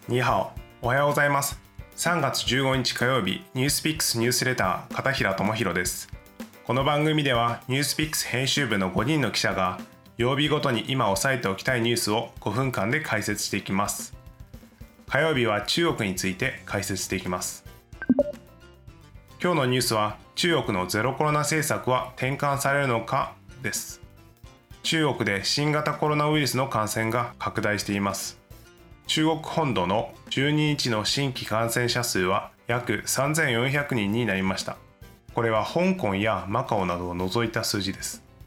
ニーハオ、おはようございます。3月15日火曜日、ニュースピックスニュースレター片平智弘です。この番組ではニュースピックス編集部の5人の記者が曜日ごとに今押さえておきたいニュースを5分間で解説していきます。火曜日は中国について解説していきます。今日のニュースは中国のゼロコロナ政策は転換されるのかです。中国で新型コロナウイルスの感染が拡大しています。中国本土の12日の新規感染者数は約3400人になりました。これは香港やマカオなどを除いた数字です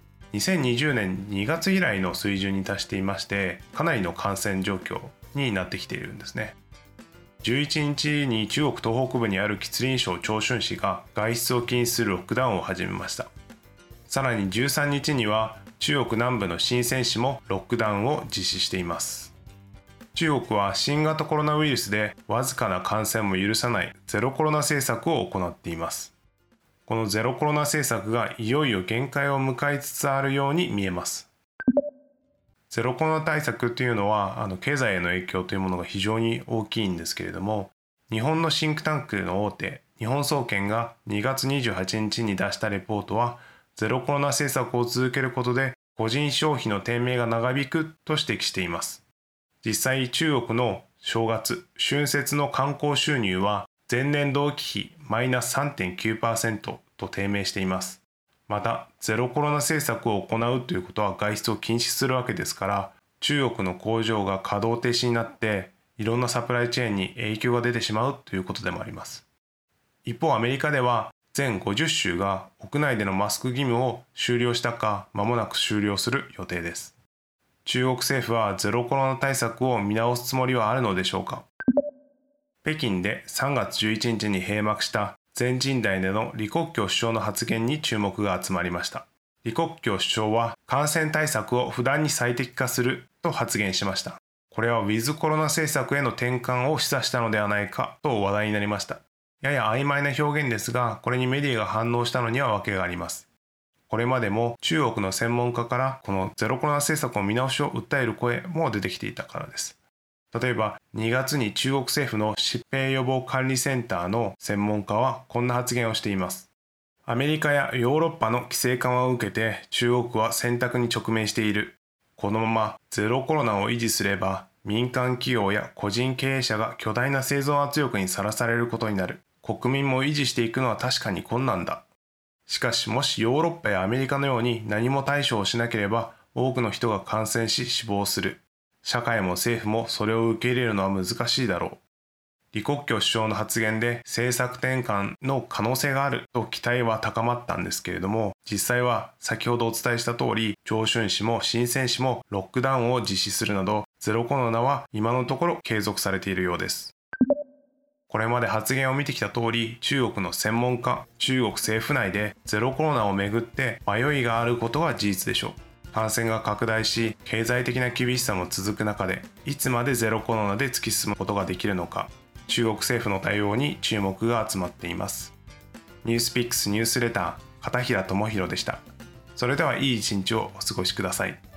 。2020年2月以来の水準に達していまして、かなりの感染状況になってきているんですね。11日に中国東北部にある吉林省長春市が外出を禁止するロックダウンを始めました。さらに13日には中国南部の深セン市もロックダウンを実施しています。中国は新型コロナウイルスでわずかな感染も許さないゼロコロナ政策を行っています。このゼロコロナ政策がいよいよ限界を迎えつつあるように見えます。ゼロコロナ対策というのは経済への影響というものが非常に大きいんですけれども、日本のシンクタンクの大手日本総研が2月28日に出したレポートは、ゼロコロナ政策を続けることで個人消費の低迷が長引くと指摘しています。実際中国の正月・春節の観光収入は前年同期比マイナス 3.9% と低迷しています。またゼロコロナ政策を行うということは外出を禁止するわけですから、中国の工場が稼働停止になっていろんなサプライチェーンに影響が出てしまうということでもあります。一方アメリカでは全50州が屋内でのマスク義務を終了したか間もなく終了する予定です。中国政府はゼロコロナ対策を見直すつもりはあるのでしょうか。北京で3月11日に閉幕した全人代での李克強首相の発言に注目が集まりました。李克強首相は感染対策を不断に最適化すると発言しました。これはウィズコロナ政策への転換を示唆したのではないかと話題になりました。やや曖昧な表現ですが、これにメディアが反応したのには訳があります。これまでも中国の専門家からこのゼロコロナ政策を見直しを訴える声も出てきていたからです。例えば2月に中国政府の疾病予防管理センターの専門家はこんな発言をしています。アメリカやヨーロッパの規制緩和を受けて中国は選択に直面している。このままゼロコロナを維持すれば民間企業や個人経営者が巨大な生存圧力にさらされることになる。国民も維持していくのは確かに困難だ。しかしもしヨーロッパやアメリカのように何も対処をしなければ多くの人が感染し死亡する。社会も政府もそれを受け入れるのは難しいだろう。李克強首相の発言で政策転換の可能性があると期待は高まったんですけれども、実際は先ほどお伝えした通り長春市も深セン市もロックダウンを実施するなどゼロコロナは今のところ継続されているようです。これまで発言を見てきた通り、中国の専門家、中国政府内でゼロコロナをめぐって迷いがあることは事実でしょう。感染が拡大し、経済的な厳しさも続く中で、いつまでゼロコロナで突き進むことができるのか、中国政府の対応に注目が集まっています。ニュースピックスニュースレター片平智弘でした。それではいい一日をお過ごしください。